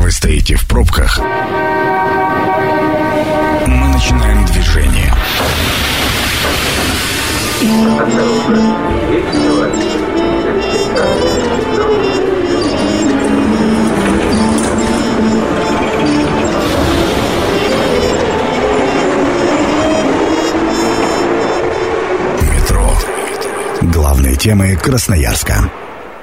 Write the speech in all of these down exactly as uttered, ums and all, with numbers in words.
Вы стоите в пробках. Мы начинаем движение. Метро. Главные темы Красноярска.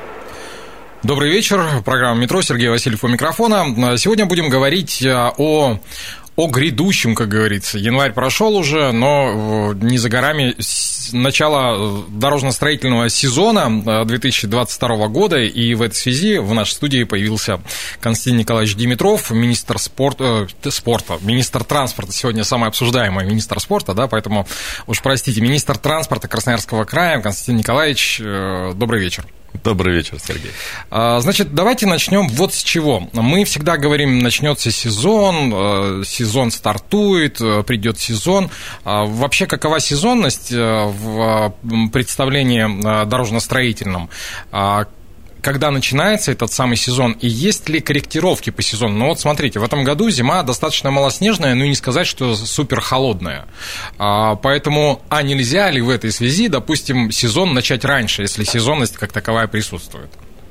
Добрый вечер. Программа «Метро». Сергей Васильев у микрофона. Сегодня будем говорить о, о грядущем, как говорится. Январь прошел уже, но не за горами начало дорожно-строительного сезона две тысячи двадцать второго года. И в этой связи в нашей студии появился Константин Николаевич Димитров, министр спорта, э, спорта, министр транспорта. Сегодня самый обсуждаемый министр спорта, да, поэтому уж простите, министр транспорта Красноярского края. Константин Николаевич, э, добрый вечер. Добрый вечер, Сергей. Значит, давайте начнем вот с чего. Мы всегда говорим, начнется сезон, сезон стартует, придет сезон. Вообще, какова сезонность в представлении дорожно-строительном? Когда начинается этот самый сезон, и есть ли корректировки по сезону? Ну вот смотрите, в этом году зима достаточно малоснежная, ну и не сказать, что супер холодная. Поэтому, а нельзя ли в этой связи, допустим, сезон начать раньше, если сезонность как таковая присутствует?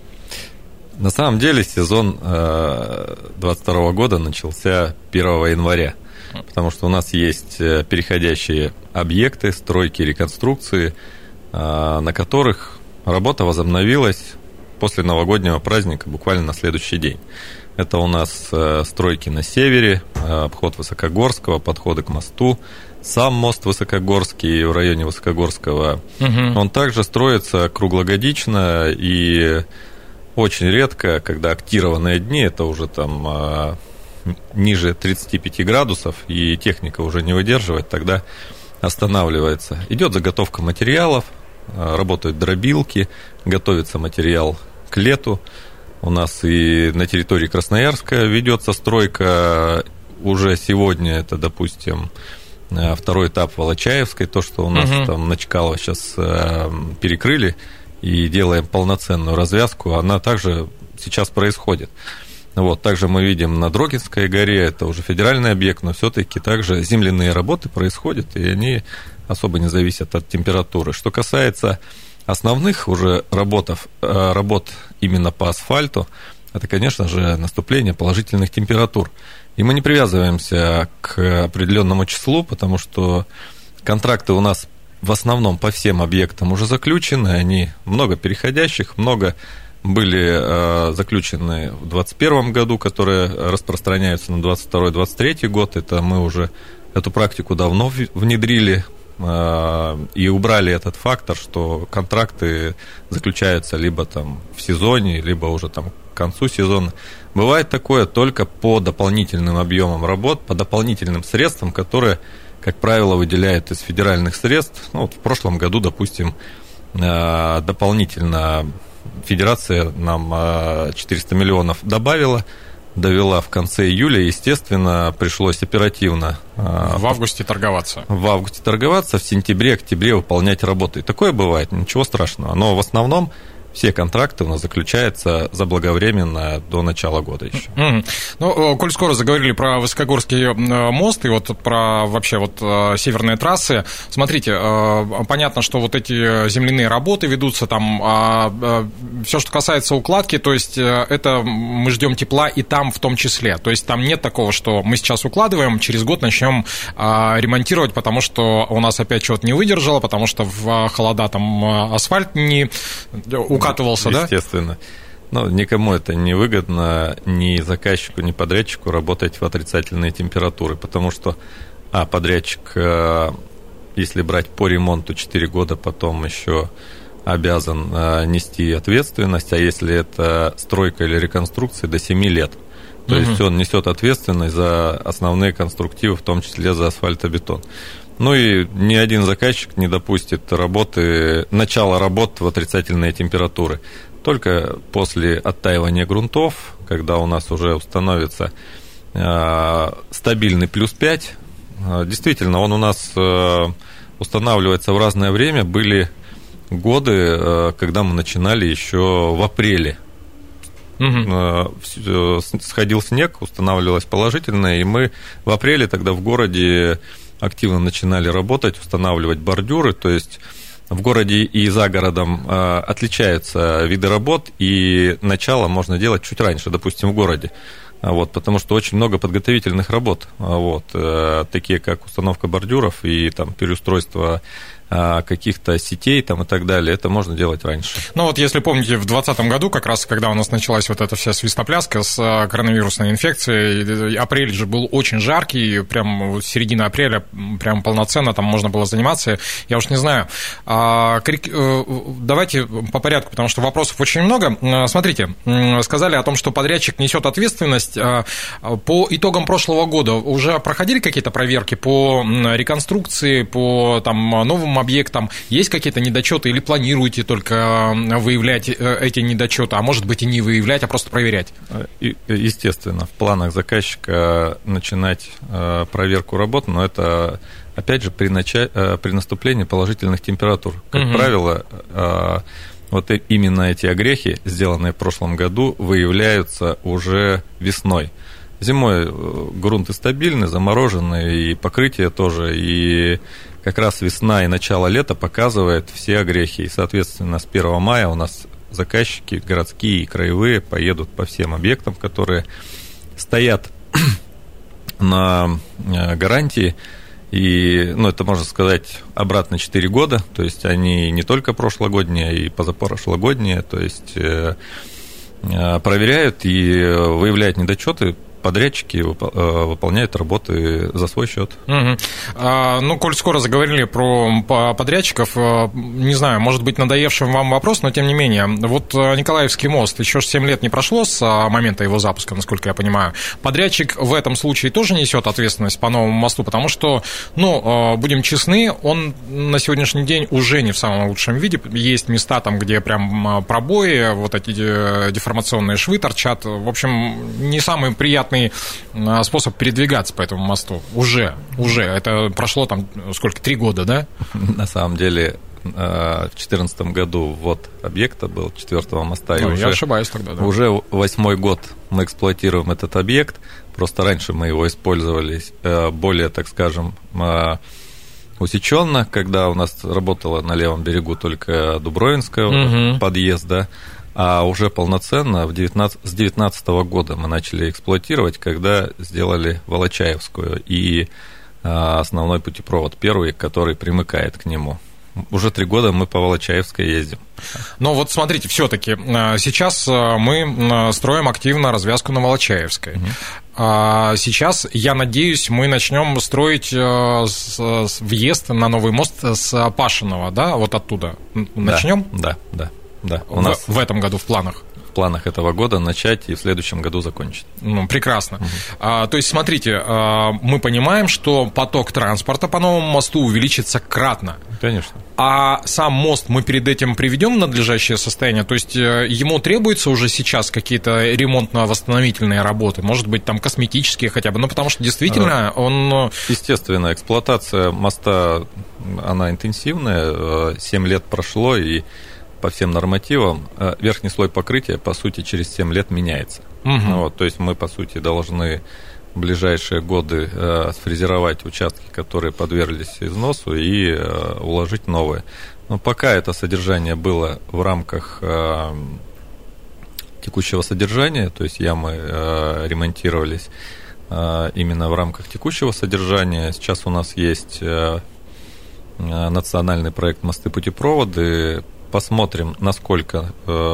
На самом деле сезон двадцать второго года начался первого января, потому что у нас есть переходящие объекты, стройки, реконструкции, на которых работа возобновилась после новогоднего праздника, буквально на следующий день. Это у нас стройки на севере, обход Высокогорского, подходы к мосту, сам мост Высокогорский в районе Высокогорского. Угу. Он также строится круглогодично, и очень редко, когда актированные дни, это уже там ниже тридцати пяти градусов, и техника уже не выдерживает, тогда останавливается. Идет заготовка материалов, работают дробилки, готовится материал к лету. У нас и на территории Красноярска ведется стройка уже сегодня. Это, допустим, второй этап Волочаевской, то, что у нас угу. там на Чкалово сейчас перекрыли и делаем полноценную развязку, она также сейчас происходит. Вот, также мы видим на Дрогинской горе, это уже федеральный объект, но все-таки также земляные работы происходят, и они особо не зависят от температуры. Что касается основных уже работов, работ именно по асфальту, это, конечно же, наступление положительных температур. И мы не привязываемся к определенному числу, потому что контракты у нас в основном по всем объектам уже заключены, они много переходящих, много были заключены в двадцать первом году, которые распространяются на двадцать второй - двадцать третий год. Это мы уже эту практику давно внедрили и убрали этот фактор, что контракты заключаются либо там в сезоне, либо уже там к концу сезона. Бывает такое только по дополнительным объемам работ, по дополнительным средствам, которые, как правило, выделяют из федеральных средств. Ну, вот в прошлом году, допустим, дополнительно Федерация нам четыреста миллионов добавила, довела в конце июля, естественно, пришлось оперативно в августе торговаться. В августе торговаться, в сентябре, октябре выполнять работы. И такое бывает, ничего страшного. Но в основном все контракты у нас заключаются заблаговременно до начала года еще. Mm-hmm. Ну, коль скоро заговорили про Высокогорский мост и вот про вообще вот северные трассы, смотрите, понятно, что вот эти земляные работы ведутся там, а все, что касается укладки, то есть это мы ждем тепла и там в том числе, то есть там нет такого, что мы сейчас укладываем, через год начнем ремонтировать, потому что у нас опять что-то не выдержало, потому что в холода там асфальт не укатывался, да? Естественно. Но никому это не выгодно, ни заказчику, ни подрядчику работать в отрицательные температуры, потому что, а, подрядчик, если брать по ремонту четыре года, потом еще обязан нести ответственность, а если это стройка или реконструкция, до семи лет. То угу. есть он несет ответственность за основные конструктивы, в том числе за асфальтобетон. Ну и ни один заказчик не допустит работы, начала работ в отрицательные температуры. Только после оттаивания грунтов, когда у нас уже установится э, стабильный плюс пять, э, действительно, он у нас э, устанавливается в разное время. Были годы, э, когда мы начинали еще в апреле Угу. Сходил снег, устанавливалось положительное, и мы в апреле тогда в городе активно начинали работать, устанавливать бордюры, то есть в городе и за городом отличаются виды работ, и начало можно делать чуть раньше, допустим, в городе. Вот, потому что очень много подготовительных работ, вот, такие как установка бордюров и там, переустройство каких-то сетей там, и так далее, это можно делать раньше. Ну вот если помните, в двадцатом году, как раз когда у нас началась вот эта вся свистопляска с коронавирусной инфекцией, апрель же был очень жаркий, прям середина апреля, прям полноценно там можно было заниматься, я уж не знаю. Давайте по порядку, потому что вопросов очень много. Смотрите, сказали о том, что подрядчик несет ответственность. По итогам прошлого года уже проходили какие-то проверки по реконструкции, по там, новым объектам? Есть какие-то недочеты или планируете только выявлять эти недочеты, а может быть и не выявлять, а просто проверять? Естественно, в планах заказчика начинать проверку работ, но это, опять же, при, начале, при наступлении положительных температур. Как угу. правило, вот именно эти огрехи, сделанные в прошлом году, выявляются уже весной. Зимой грунты стабильны, заморожены, и покрытие тоже, и как раз весна и начало лета показывает все огрехи, и, соответственно, с первого мая у нас заказчики городские и краевые поедут по всем объектам, которые стоят на гарантии, и, ну, это, можно сказать, обратно четыре года, то есть они не только прошлогодние, а и позапрошлогодние, то есть проверяют и выявляют недочеты. Подрядчики выполняют работы за свой счет. Угу. А, ну, коль скоро заговорили про подрядчиков, не знаю, может быть, надоевший вам вопрос, но тем не менее, вот Николаевский мост, еще семь лет не прошло с момента его запуска, насколько я понимаю. Подрядчик в этом случае тоже несет ответственность по новому мосту, потому что, ну, будем честны, он на сегодняшний день уже не в самом лучшем виде. Есть места там, где прям пробои, вот эти деформационные швы торчат. В общем, не самый приятный способ передвигаться по этому мосту. Уже, уже. Это прошло там сколько, три года, да? На самом деле, в две тысячи четырнадцатом году ввод объекта был, четвертого моста. Ну, и я уже, ошибаюсь тогда, да. Уже восьмой год мы эксплуатируем этот объект. Просто раньше мы его использовали более, так скажем, усеченно, когда у нас работала на левом берегу только Дубровинская угу. подъезд, да. А уже полноценно в девятнадцатом, с две тысячи девятнадцатого года мы начали эксплуатировать, когда сделали Волочаевскую и основной путепровод первый, который примыкает к нему. Уже три года мы по Волочаевской ездим. Но вот смотрите, все-таки сейчас мы строим активно развязку на Волочаевской. Угу. Сейчас, я надеюсь, мы начнем строить въезд на новый мост с Пашиного, да, вот оттуда. Начнем? Да, да. да. Да, у в, нас в этом году в планах. В планах этого года начать и в следующем году закончить. Ну, прекрасно. Угу. А, то есть, смотрите, а, мы понимаем, что поток транспорта по новому мосту увеличится кратно. Конечно. А сам мост мы перед этим приведем в надлежащее состояние? То есть, ему требуются уже сейчас какие-то ремонтно-восстановительные работы? Может быть, там косметические хотя бы? Ну, потому что действительно он... Естественно, эксплуатация моста, она интенсивная. Семь лет прошло, и по всем нормативам верхний слой покрытия, по сути, через семь лет меняется. Угу. Вот, то есть мы, по сути, должны в ближайшие годы э, сфрезеровать участки, которые подверглись износу, и э, уложить новые. Но пока это содержание было в рамках э, текущего содержания, то есть ямы э, ремонтировались э, именно в рамках текущего содержания. Сейчас у нас есть э, национальный проект «Мосты-путепроводы». Посмотрим, насколько,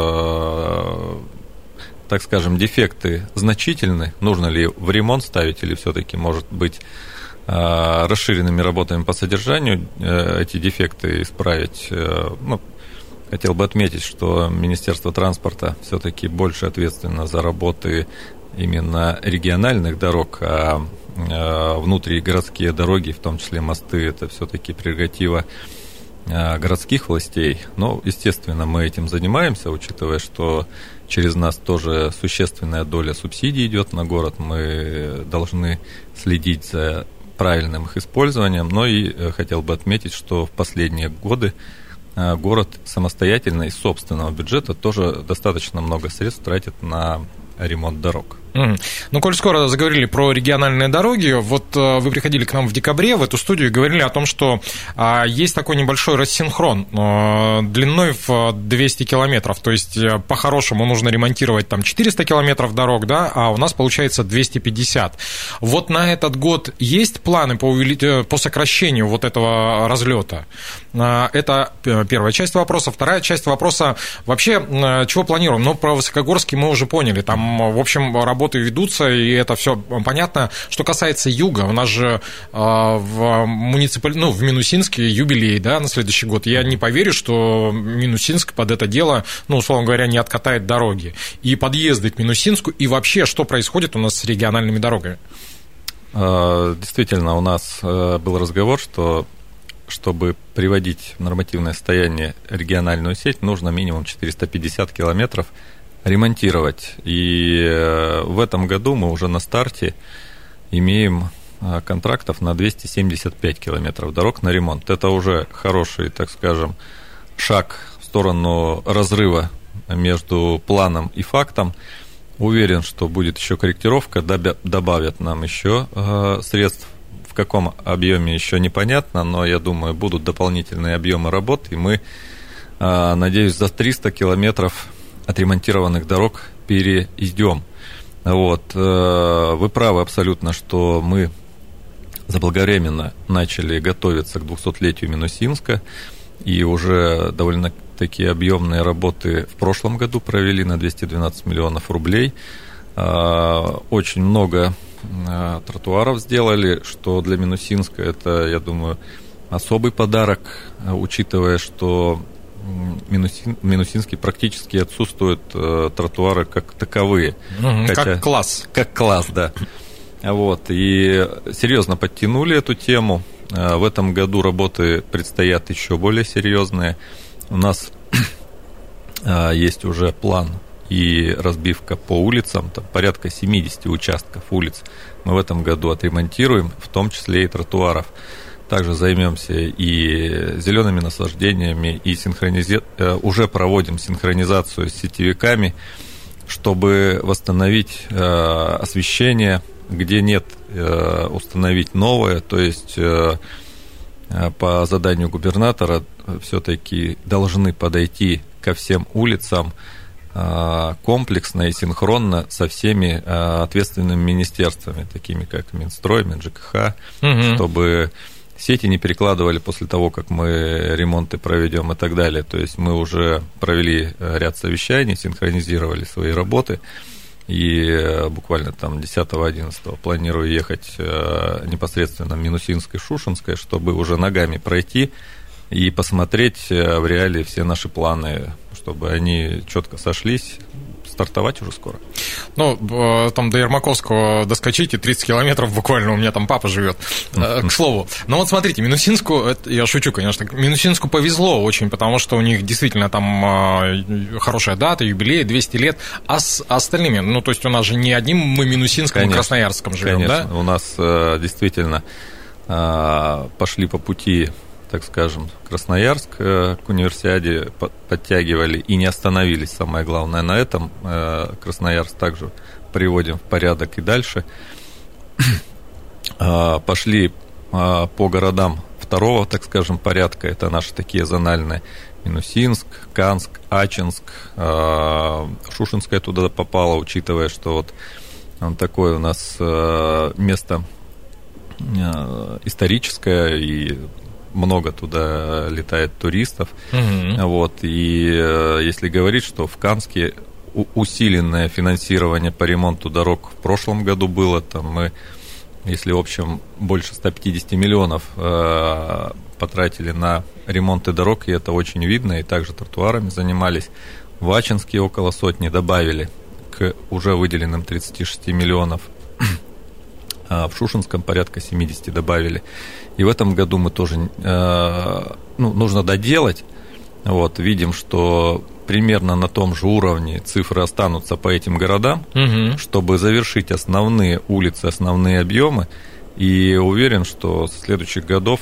э, так скажем, дефекты значительны, нужно ли в ремонт ставить, или все-таки, может быть, э, расширенными работами по содержанию э, эти дефекты исправить. Э, ну, хотел бы отметить, что Министерство транспорта все-таки больше ответственно за работы именно региональных дорог, а э, внутригородские дороги, в том числе мосты, это все-таки прерогатива городских властей. Но, естественно, мы этим занимаемся, учитывая, что через нас тоже существенная доля субсидий идет на город. Мы должны следить за правильным их использованием. Но и хотел бы отметить, что в последние годы город самостоятельно из собственного бюджета тоже достаточно много средств тратит на ремонт дорог. Mm. Ну, коль скоро заговорили про региональные дороги, вот вы приходили к нам в декабре в эту студию и говорили о том, что а, есть такой небольшой рассинхрон а, длиной в двести километров, то есть по-хорошему нужно ремонтировать там четыреста километров дорог, да, а у нас получается двести пятьдесят. Вот на этот год есть планы по, увели... по сокращению вот этого разлета? А, это первая часть вопроса. Вторая часть вопроса вообще, чего планируем? Ну, про Высокогорский мы уже поняли, там, в общем, работа Работы ведутся, и это все понятно. Что касается юга, у нас же э, в муниципаль... ну, в Минусинске юбилей, да, на следующий год. Я не поверю, что Минусинск под это дело, ну, условно говоря, не откатает дороги. И подъезды к Минусинску, и вообще, что происходит у нас с региональными дорогами? Действительно, у нас был разговор, что чтобы приводить в нормативное состояние региональную сеть, нужно минимум четыреста пятьдесят километров ремонтировать. И в этом году мы уже на старте имеем контрактов на двести семьдесят пять километров дорог на ремонт. Это уже хороший, так скажем, шаг в сторону разрыва между планом и фактом. Уверен, что будет еще корректировка, добавят нам еще средств. В каком объеме еще непонятно, но я думаю, будут дополнительные объемы работ, и мы, надеюсь, за триста километров отремонтированных дорог перейдем. Вот. Вы правы абсолютно, что мы заблаговременно начали готовиться к двухсотлетию Минусинска, и уже довольно такие объемные работы в прошлом году провели на двести двенадцать миллионов рублей. Очень много тротуаров сделали, что для Минусинска это, я думаю, особый подарок, учитывая, что в Минусин, Минусинске практически отсутствуют э, тротуары как таковые. Mm-hmm, хотя, как класс. Как класс, да. Вот, и серьезно подтянули эту тему. В этом году работы предстоят еще более серьезные. У нас есть уже план и разбивка по улицам, там порядка семьдесят участков улиц мы в этом году отремонтируем, в том числе и тротуаров. Также займемся и зелеными насаждениями, и синхронизи... уже проводим синхронизацию с сетевиками, чтобы восстановить освещение, где нет, установить новое. То есть по заданию губернатора все-таки должны подойти ко всем улицам комплексно и синхронно со всеми ответственными министерствами, такими как Минстрой, МинЖКХ, угу. чтобы сети не перекладывали после того, как мы ремонты проведем и так далее. То есть мы уже провели ряд совещаний, синхронизировали свои работы, и буквально там десятого-одиннадцатого планирую ехать непосредственно в Минусинское, Шушенское, чтобы уже ногами пройти и посмотреть в реалии все наши планы, чтобы они четко сошлись. Стартовать уже скоро. Ну, там до Ермаковского доскочите, тридцать километров буквально, у меня там папа живет. К слову. Ну вот смотрите, Минусинску, это, я шучу, конечно, Минусинску повезло очень, потому что у них действительно там хорошая дата, юбилей, двести лет, а с остальными, ну то есть у нас же не одним мы Минусинском и Красноярском живем, конечно. Да? У нас действительно пошли по пути, так скажем, Красноярск к универсиаде подтягивали и не остановились, самое главное, на этом. Красноярск также приводим в порядок и дальше. Пошли по городам второго, так скажем, порядка, это наши такие зональные: Минусинск, Канск, Ачинск, Шушенская туда попала, учитывая, что вот он такое у нас место историческое, и много туда летает туристов. Mm-hmm. Вот, и если говорить, что в Канске усиленное финансирование по ремонту дорог в прошлом году было, там мы, если в общем больше ста пятидесяти миллионов э, потратили на ремонты дорог, и это очень видно, и также тротуарами занимались. В Ачинске около сотни добавили к уже выделенным тридцати шести миллионов. В Шушенском порядка семидесяти добавили. И в этом году мы тоже, э, ну, нужно доделать. Вот, видим, что примерно на том же уровне цифры останутся по этим городам, угу. чтобы завершить основные улицы, основные объемы. И уверен, что со следующих годов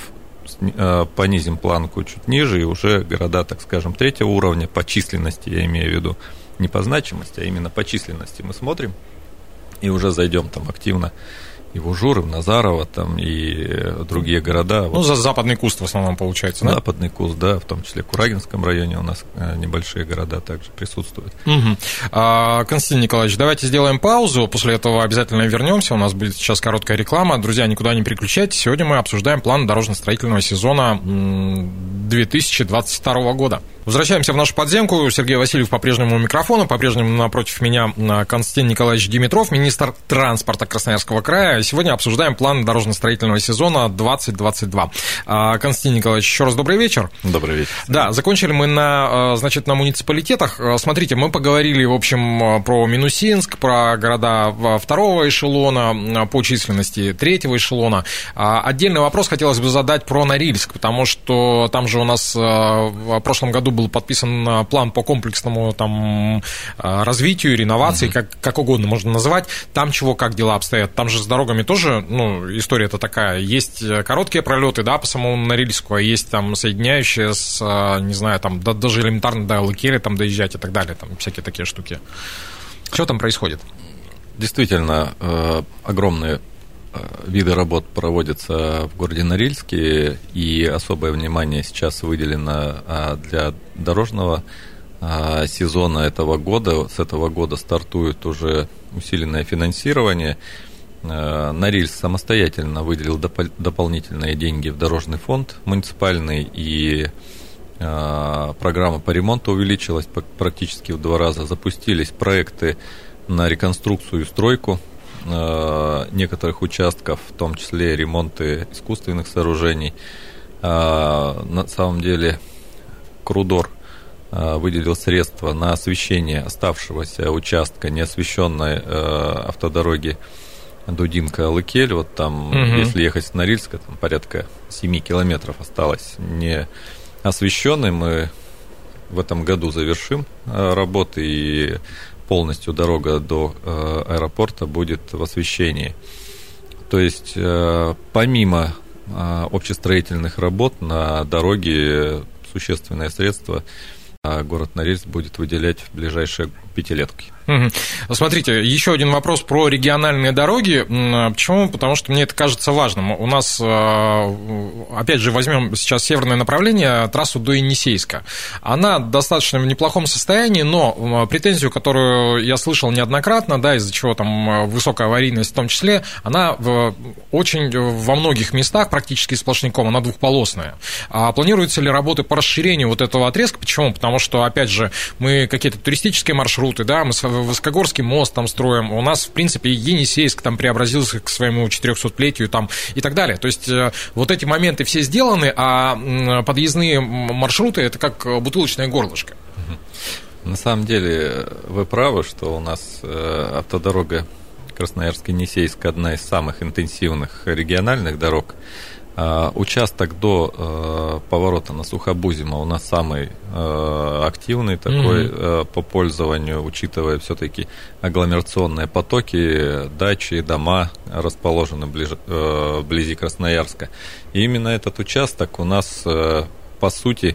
понизим планку чуть ниже, и уже города, так скажем, третьего уровня по численности, я имею в виду, не по значимости, а именно по численности мы смотрим, и уже зайдем там активно и в Ужур, и в Назарово, там, и другие города. Ну, вот. за Западный Куст в основном получается, да? Западный Куст, да, в том числе в Курагинском районе у нас небольшие города также присутствуют. Угу. А, Константин Николаевич, давайте сделаем паузу, после этого обязательно вернемся, у нас будет сейчас короткая реклама. Друзья, никуда не переключайтесь, сегодня мы обсуждаем план дорожно-строительного сезона две тысячи двадцать второго года. Возвращаемся в нашу подземку. Сергей Васильев по-прежнему у микрофона, по-прежнему напротив меня Константин Николаевич Димитров, министр транспорта Красноярского края. Сегодня обсуждаем план дорожно-строительного сезона двадцать двадцать два. Константин Николаевич, еще раз добрый вечер. Добрый вечер. Да, закончили мы на, значит, на муниципалитетах. Смотрите, мы поговорили, в общем, про Минусинск, про города второго эшелона по численности, третьего эшелона. Отдельный вопрос хотелось бы задать про Норильск, потому что там же у нас в прошлом году был подписан план по комплексному там развитию, реновации, mm-hmm. как, как угодно можно называть. Там чего, как дела обстоят? Там же с дорогами тоже, ну, история-то такая. Есть короткие пролеты, да, по самому Норильску, а есть там соединяющие с, не знаю, там даже элементарно до Лыкели там доезжать и так далее, там всякие такие штуки. Что там происходит? Действительно, огромные виды работ проводятся в городе Норильске, и особое внимание сейчас выделено для дорожного сезона этого года. С этого года стартует уже усиленное финансирование. Норильск самостоятельно выделил доп- дополнительные деньги в дорожный фонд муниципальный, и программа по ремонту увеличилась практически в два раза. Запустились проекты на реконструкцию и стройку некоторых участков, в том числе ремонты искусственных сооружений. На самом деле Крудор выделил средства на освещение оставшегося участка неосвещенной автодороги Дудинка-Лыкель. Вот там, угу. если ехать с Норильска, там порядка семь километров осталось не освещенной. Мы в этом году завершим работы, и полностью дорога до э, аэропорта будет в освещении. То есть, э, помимо э, общестроительных работ на дороге существенные средства э, город Норильск будет выделять в ближайшие пятилетки. Угу. Смотрите, еще один вопрос про региональные дороги. Почему? Потому что мне это кажется важным. У нас, опять же, возьмем сейчас северное направление, трассу до Енисейска. Она достаточно в неплохом состоянии, но претензию, которую я слышал неоднократно, да, из-за чего там высокая аварийность в том числе, она в, очень во многих местах, практически сплошняком, она двухполосная. А планируются ли работы по расширению вот этого отрезка? Почему? Потому что, опять же, мы какие-то туристические маршруты, да, мы Высокогорский мост там строим, у нас, в принципе, Енисейск там преобразился к своему четырехсотлетию там и так далее. То есть вот эти моменты все сделаны, а подъездные маршруты – это как бутылочное горлышко. На самом деле вы правы, что у нас автодорога Красноярск-Енисейск одна из самых интенсивных региональных дорог. Участок до э, поворота на Сухобузимо у нас самый э, активный такой mm-hmm. э, по пользованию, учитывая все-таки агломерационные потоки, дачи, дома расположены ближе, э, вблизи Красноярска. И именно этот участок у нас, э, по сути,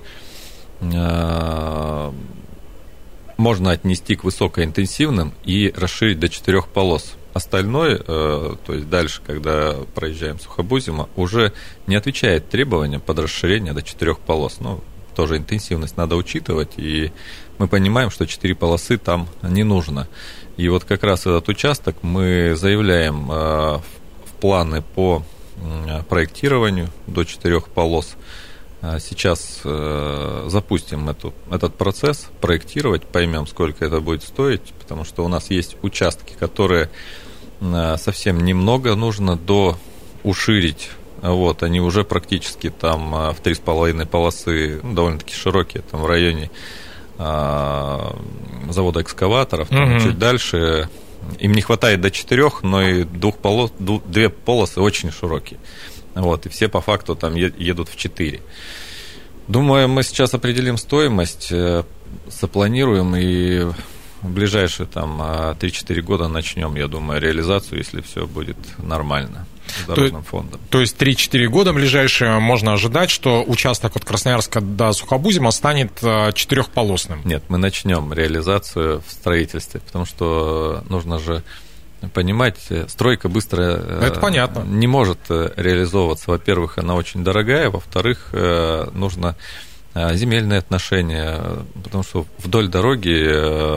э, можно отнести к высокоинтенсивным и расширить до четырех полос. Остальное, то есть дальше, когда проезжаем Сухобузимо, уже не отвечает требованиям под расширение до четырех полос. Ну, тоже интенсивность надо учитывать, и мы понимаем, что четыре полосы там не нужно. И вот как раз этот участок мы заявляем в планы по проектированию до четырех полос. Сейчас запустим эту, этот процесс, проектировать, поймем, сколько это будет стоить, потому что у нас есть участки, которые совсем немного нужно до уширить. Вот, они уже практически там в три с половиной полосы, ну, довольно-таки широкие, там в районе а, завода экскаваторов, там угу. чуть дальше. Им не хватает до четырех, но и двух полос, две полосы очень широкие. Вот, и все по факту там едут в четыре. Думаю, мы сейчас определим стоимость, запланируем и в ближайшие там три-четыре года начнем, я думаю, реализацию, если все будет нормально. с дорожным то, фондом. То есть три-четыре года ближайшие можно ожидать, что участок от Красноярска до Сухобузима станет четырехполосным? Нет, мы начнем реализацию в строительстве, потому что нужно же понимать, стройка быстро Это понятно. не может реализовываться. Во-первых, она очень дорогая, во-вторых, нужно земельные отношения, потому что вдоль дороги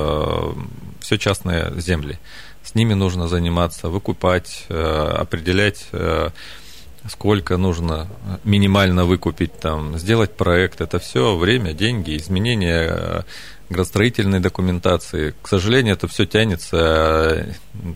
все частные земли. С ними нужно заниматься, выкупать, определять, сколько нужно минимально выкупить, там, сделать проект. Это все время, деньги, изменения градостроительной документации. К сожалению, это все тянется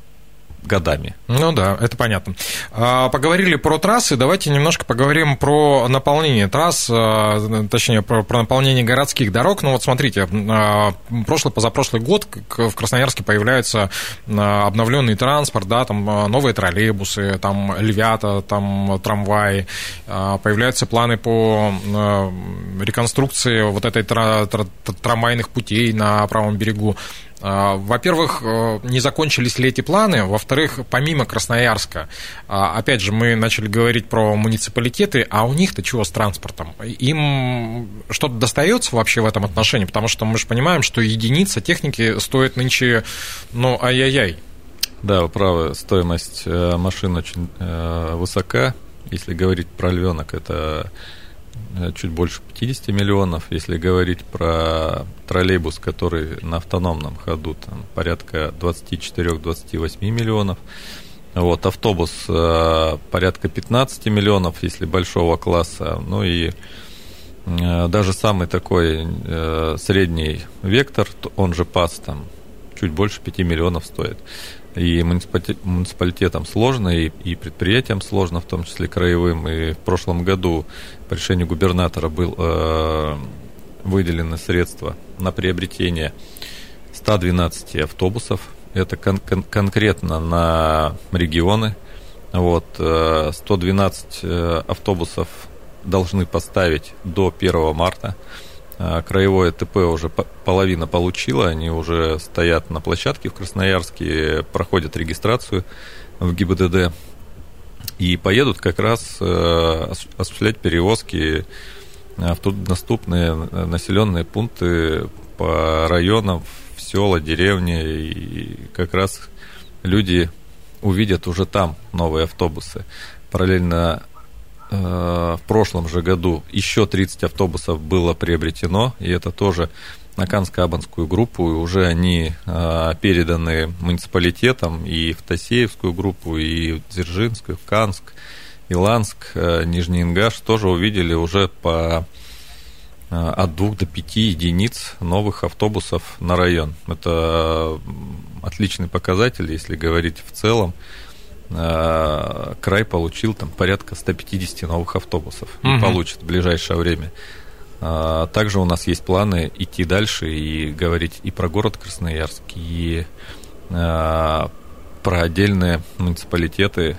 годами. Ну да, это понятно. Поговорили про трассы, давайте немножко поговорим про наполнение трасс, точнее, про, про наполнение городских дорог. Ну вот смотрите, прошлый, позапрошлый год в Красноярске появляется обновленный транспорт, да, там новые троллейбусы, там львята, там трамваи, появляются планы по реконструкции вот этой трамвайных путей на правом берегу. Во-первых, не закончились ли эти планы? Во-вторых, помимо Красноярска, опять же, мы начали говорить про муниципалитеты, а у них-то чего с транспортом? Им что-то достается вообще в этом отношении? Потому что мы же понимаем, что единица техники стоит нынче, ну, ай-яй-яй. Да, вы правы, стоимость машин очень высока. Если говорить про львенок, это чуть больше пятьдесят миллионов. Если говорить про троллейбус, который на автономном ходу, там порядка двадцать четыре - двадцать восемь миллионов. Вот, автобус порядка пятнадцать миллионов, если большого класса. Ну и даже самый такой средний вектор, он же ПАС, там чуть больше пяти миллионов стоит. И муниципалитетам сложно, и, и предприятиям сложно, в том числе краевым. И в прошлом году по решению губернатора был э, выделены средства на приобретение ста двенадцати автобусов. Это кон- кон- конкретно на регионы. Вот, э, сто двенадцать э, автобусов должны поставить до первого марта. Краевое ТП уже половина получила, они уже стоят на площадке в Красноярске, проходят регистрацию в ГИБДД и поедут как раз осуществлять перевозки в труднодоступные населенные пункты по районам, в села, деревни, и как раз люди увидят уже там новые автобусы. Параллельно в прошлом же году еще тридцать автобусов было приобретено, и это тоже на Канско-Абанскую группу, и уже они переданы муниципалитетам и в Тассеевскую группу, и в Дзержинскую, в Канск, Иланск, Нижний Ингаш тоже увидели уже по от двух до пяти единиц новых автобусов на район. Это отличный показатель, если говорить в целом. Край получил там порядка ста пятидесяти новых автобусов и угу. получит в ближайшее время. Также у нас есть планы идти дальше и говорить и про город Красноярск, и про отдельные муниципалитеты,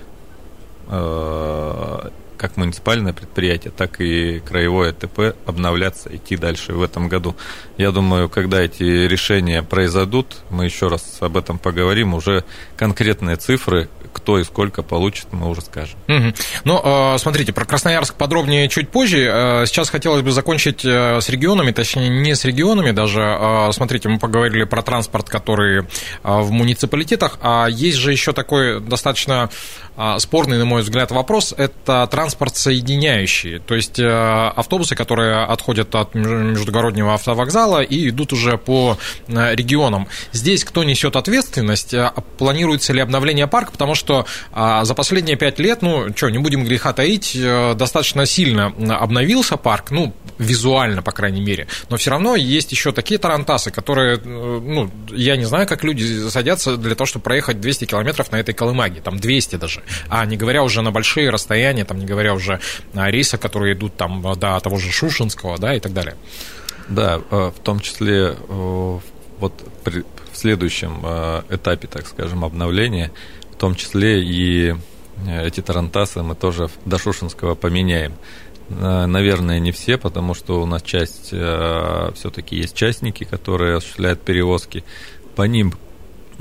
как муниципальное предприятие, так и краевое ТП обновляться, идти дальше в этом году. Я думаю, когда эти решения произойдут, мы еще раз об этом поговорим, уже конкретные цифры, кто и сколько получит, мы уже скажем. Угу. Ну, смотрите, про Красноярск подробнее чуть позже. Сейчас хотелось бы закончить с регионами, точнее, не с регионами даже. Смотрите, мы поговорили про транспорт, который в муниципалитетах, а есть же еще такой достаточно спорный, на мой взгляд, вопрос. Это транспорт соединяющий, то есть автобусы, которые отходят от междугороднего автовокзала и идут уже по регионам. Здесь кто несет ответственность? Планируется ли обновление парка? Потому что что за последние пять лет, ну, что, не будем греха таить, достаточно сильно обновился парк, ну, визуально, по крайней мере, но все равно есть еще такие тарантасы, которые, ну, я не знаю, как люди садятся для того, чтобы проехать двести километров на этой колымаге, там двести даже, а не говоря уже на большие расстояния, там, не говоря уже о рейсах, которые идут там до того же Шушинского, да, и так далее. Да, в том числе вот в следующем этапе, так скажем, обновления, в том числе и эти тарантасы мы тоже до Шушинского поменяем. Наверное, не все, потому что у нас часть, все-таки есть частники, которые осуществляют перевозки. По ним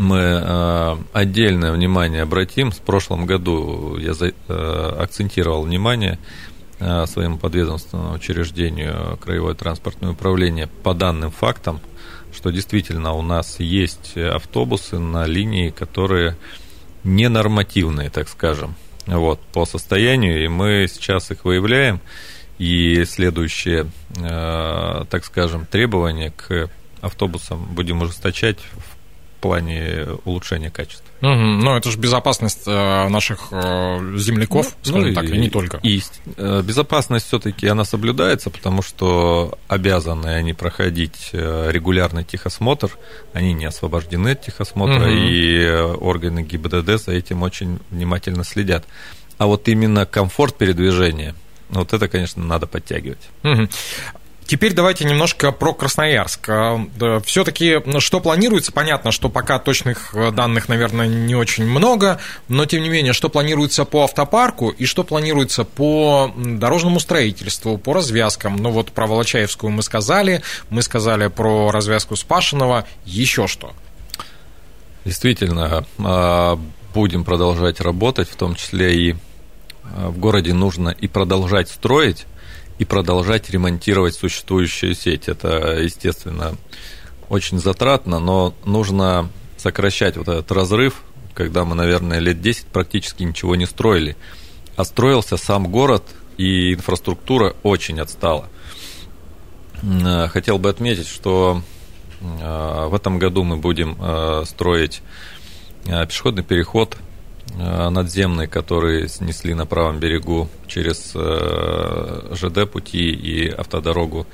мы отдельное внимание обратим. В прошлом году я акцентировал внимание своему подведомственному учреждению Краевое транспортное управление по данным фактам, что действительно у нас есть автобусы на линии, которые ненормативные, так скажем, вот, по состоянию, и мы сейчас их выявляем, и следующие, так скажем, требования к автобусам будем ужесточать в плане улучшения качества. Угу. Но это же безопасность наших земляков, ну, скажем ну, так, и, и не только. И безопасность все-таки она соблюдается, потому что обязаны они проходить регулярный техосмотр, они не освобождены от техосмотра, угу. и органы ГИБДД за этим очень внимательно следят. А вот именно комфорт передвижения, вот это, конечно, надо подтягивать. Угу. Теперь давайте немножко про Красноярск. Все-таки что планируется? Понятно, что пока точных данных, наверное, не очень много, но тем не менее, что планируется по автопарку и что планируется по дорожному строительству, по развязкам? Ну вот про Волочаевскую мы сказали, мы сказали про развязку Спашиного, еще что? Действительно, будем продолжать работать, в том числе и в городе нужно и продолжать строить, и продолжать ремонтировать существующую сеть. Это, естественно, очень затратно, но нужно сокращать вот этот разрыв, когда мы, наверное, лет десять практически ничего не строили, а строился сам город, и инфраструктура очень отстала. Хотел бы отметить, что в этом году мы будем строить пешеходный переход надземный, который снесли на правом берегу через ЖД пути и автодорогу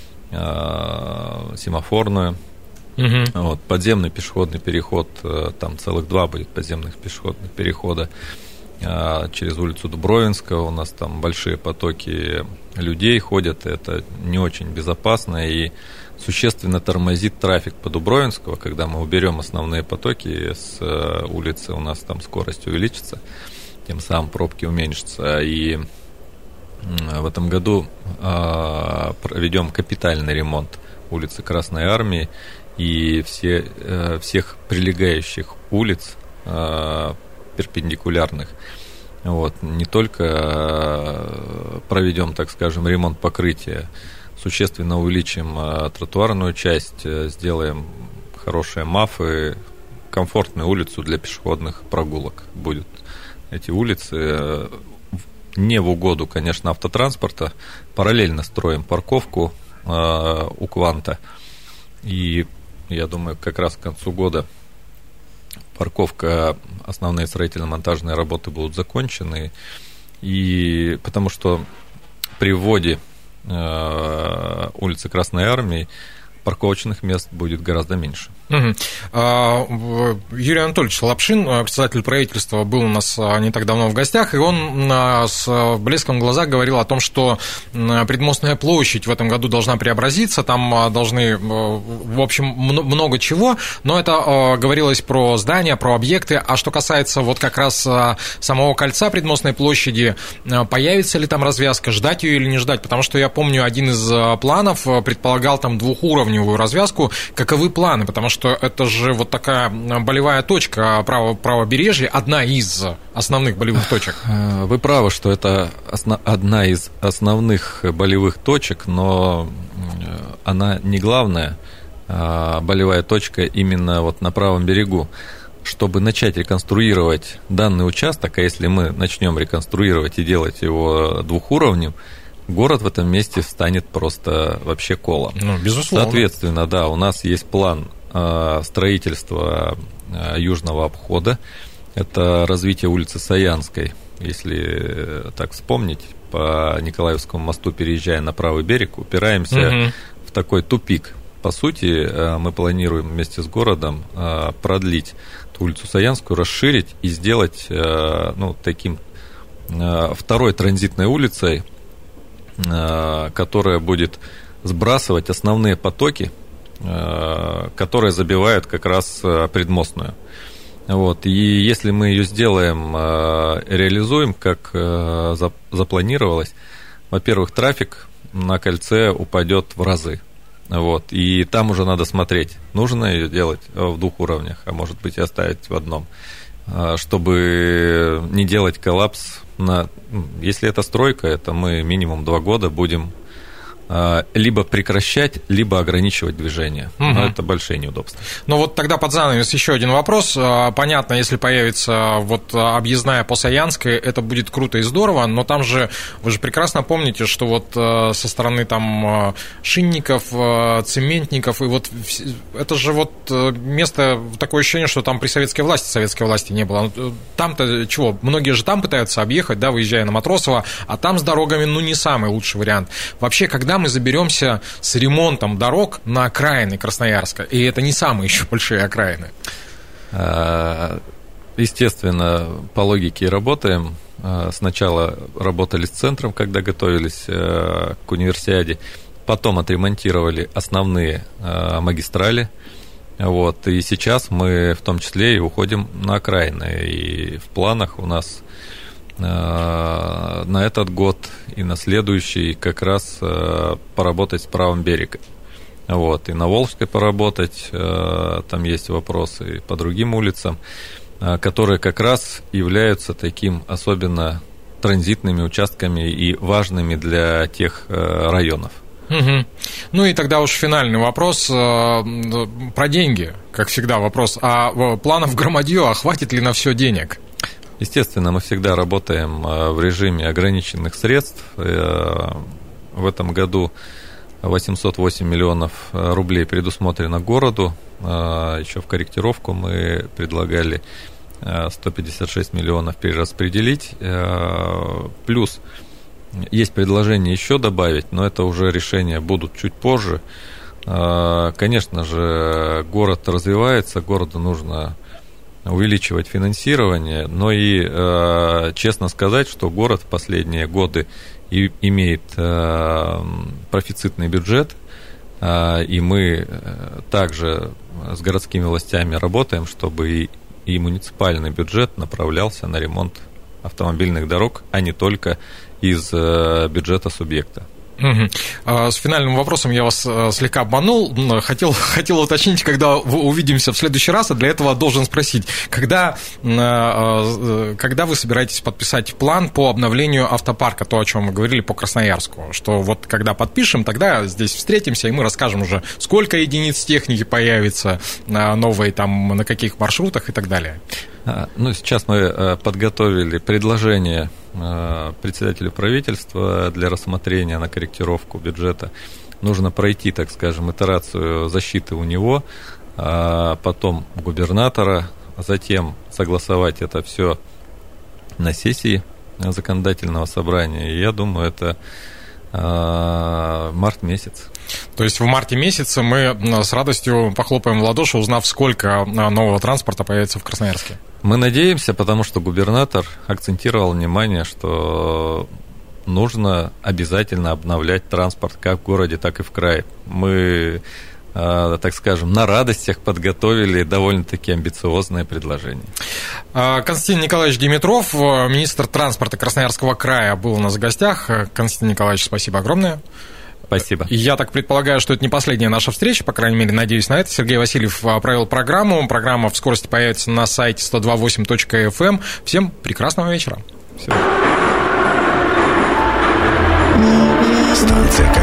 семафорную. Угу. Вот, подземный пешеходный переход, там целых два будет подземных пешеходных перехода через улицу Дубровинского. У нас там большие потоки людей ходят, это не очень безопасно и существенно тормозит трафик по Дубровинского. Когда мы уберем основные потоки с улицы, у нас там скорость увеличится, тем самым пробки уменьшатся. И в этом году проведем капитальный ремонт улицы Красной Армии и все, всех прилегающих улиц перпендикулярных. Вот, не только проведем, так скажем, ремонт покрытия, существенно увеличим тротуарную часть, сделаем хорошие мафы, комфортную улицу для пешеходных прогулок. Будут эти улицы не в угоду, конечно, автотранспорта. Параллельно строим парковку у Кванта. И я думаю, как раз к концу года парковка, основные строительно-монтажные работы будут закончены. И потому что при вводе улицы Красной Армии парковочных мест будет гораздо меньше. Угу. Юрий Анатольевич Лапшин, председатель правительства, был у нас не так давно в гостях, и он с блеском в глазах говорил о том, что Предмостная площадь в этом году должна преобразиться, там должны, в общем, много чего, но это говорилось про здания, про объекты, а что касается вот как раз самого кольца Предмостной площади, появится ли там развязка, ждать ее или не ждать, потому что я помню, один из планов предполагал там двухуровневую развязку. Каковы планы? Потому что что это же вот такая болевая точка право, правобережья, одна из основных болевых точек. Вы правы, что это основ, одна из основных болевых точек, но она не главная болевая точка именно вот на правом берегу. Чтобы начать реконструировать данный участок, а если мы начнем реконструировать и делать его двухуровневым, город в этом месте станет просто вообще колом. Ну, безусловно. Соответственно, да, у нас есть план строительства южного обхода. Это развитие улицы Саянской. Если так вспомнить, по Николаевскому мосту, переезжая на правый берег, упираемся угу. в такой тупик. По сути, мы планируем вместе с городом продлить улицу Саянскую, расширить и сделать ну, таким второй транзитной улицей, которая будет сбрасывать основные потоки, которые забивают как раз Предмостную. Вот. И если мы ее сделаем, реализуем, как запланировалось, во-первых, трафик на кольце упадет в разы. Вот, и там уже надо смотреть, нужно ее делать в двух уровнях, а может быть и оставить в одном, чтобы не делать коллапс. На... Если это стройка, это мы минимум два года будем либо прекращать, либо ограничивать движение. Угу. Но это большие неудобства. Ну вот тогда под занавес еще один вопрос. Понятно, если появится вот объездная по Саянской, это будет круто и здорово, но там же, вы же прекрасно помните, что вот со стороны там шинников, цементников, и вот это же вот место, такое ощущение, что там при советской власти, советской власти не было. Там-то чего? Многие же там пытаются объехать, да, выезжая на Матросово, а там с дорогами, ну, не самый лучший вариант. Вообще, когда мы заберемся с ремонтом дорог на окраины Красноярска, и это не самые еще большие окраины? Естественно, по логике работаем. Сначала работали с центром, когда готовились к универсиаде, потом отремонтировали основные магистрали. Вот, и сейчас мы в том числе и уходим на окраины. И в планах у нас на этот год и на следующий как раз поработать с правым берегом. Вот, и на Волжской поработать, там есть вопросы и по другим улицам, которые как раз являются таким особенно транзитными участками и важными для тех районов. Угу. Ну и тогда уж финальный вопрос про деньги, как всегда вопрос, а планов громадье, а хватит ли на все денег? Естественно, мы всегда работаем в режиме ограниченных средств. В этом году восемьсот восемь миллионов рублей предусмотрено городу. Еще в корректировку мы предлагали сто пятьдесят шесть миллионов перераспределить. Плюс есть предложение еще добавить, но это уже решения будут чуть позже. Конечно же, город развивается, городу нужно увеличивать финансирование, но и э, честно сказать, что город в последние годы и, имеет э, профицитный бюджет, э, и мы также с городскими властями работаем, чтобы и, и муниципальный бюджет направлялся на ремонт автомобильных дорог, а не только из э, бюджета субъекта. Угу. С финальным вопросом я вас слегка обманул. Хотел, хотел уточнить, когда увидимся в следующий раз, а для этого должен спросить, когда, когда вы собираетесь подписать план по обновлению автопарка, то, о чем мы говорили по Красноярску, что вот когда подпишем, тогда здесь встретимся, и мы расскажем уже, сколько единиц техники появится новой, там, на каких маршрутах и так далее. Ну, сейчас мы подготовили предложение председателю правительства для рассмотрения на корректировку бюджета. Нужно пройти, так скажем, итерацию защиты у него, потом губернатора, затем согласовать это все на сессии законодательного собрания. И я думаю, это март месяц. То есть в марте месяце мы с радостью похлопаем в ладоши, узнав, сколько нового транспорта появится в Красноярске. Мы надеемся, потому что губернатор акцентировал внимание, что нужно обязательно обновлять транспорт как в городе, так и в крае. Мы, так скажем, на радостях подготовили довольно-таки амбициозное предложение. Константин Николаевич Димитров, министр транспорта Красноярского края, был у нас в гостях. Константин Николаевич, спасибо огромное. Спасибо. Я так предполагаю, что это не последняя наша встреча, по крайней мере, надеюсь на это. Сергей Васильев провел программу. Программа в скорости появится на сайте сто два восемь точка эф эм. Всем прекрасного вечера. Всего. Станция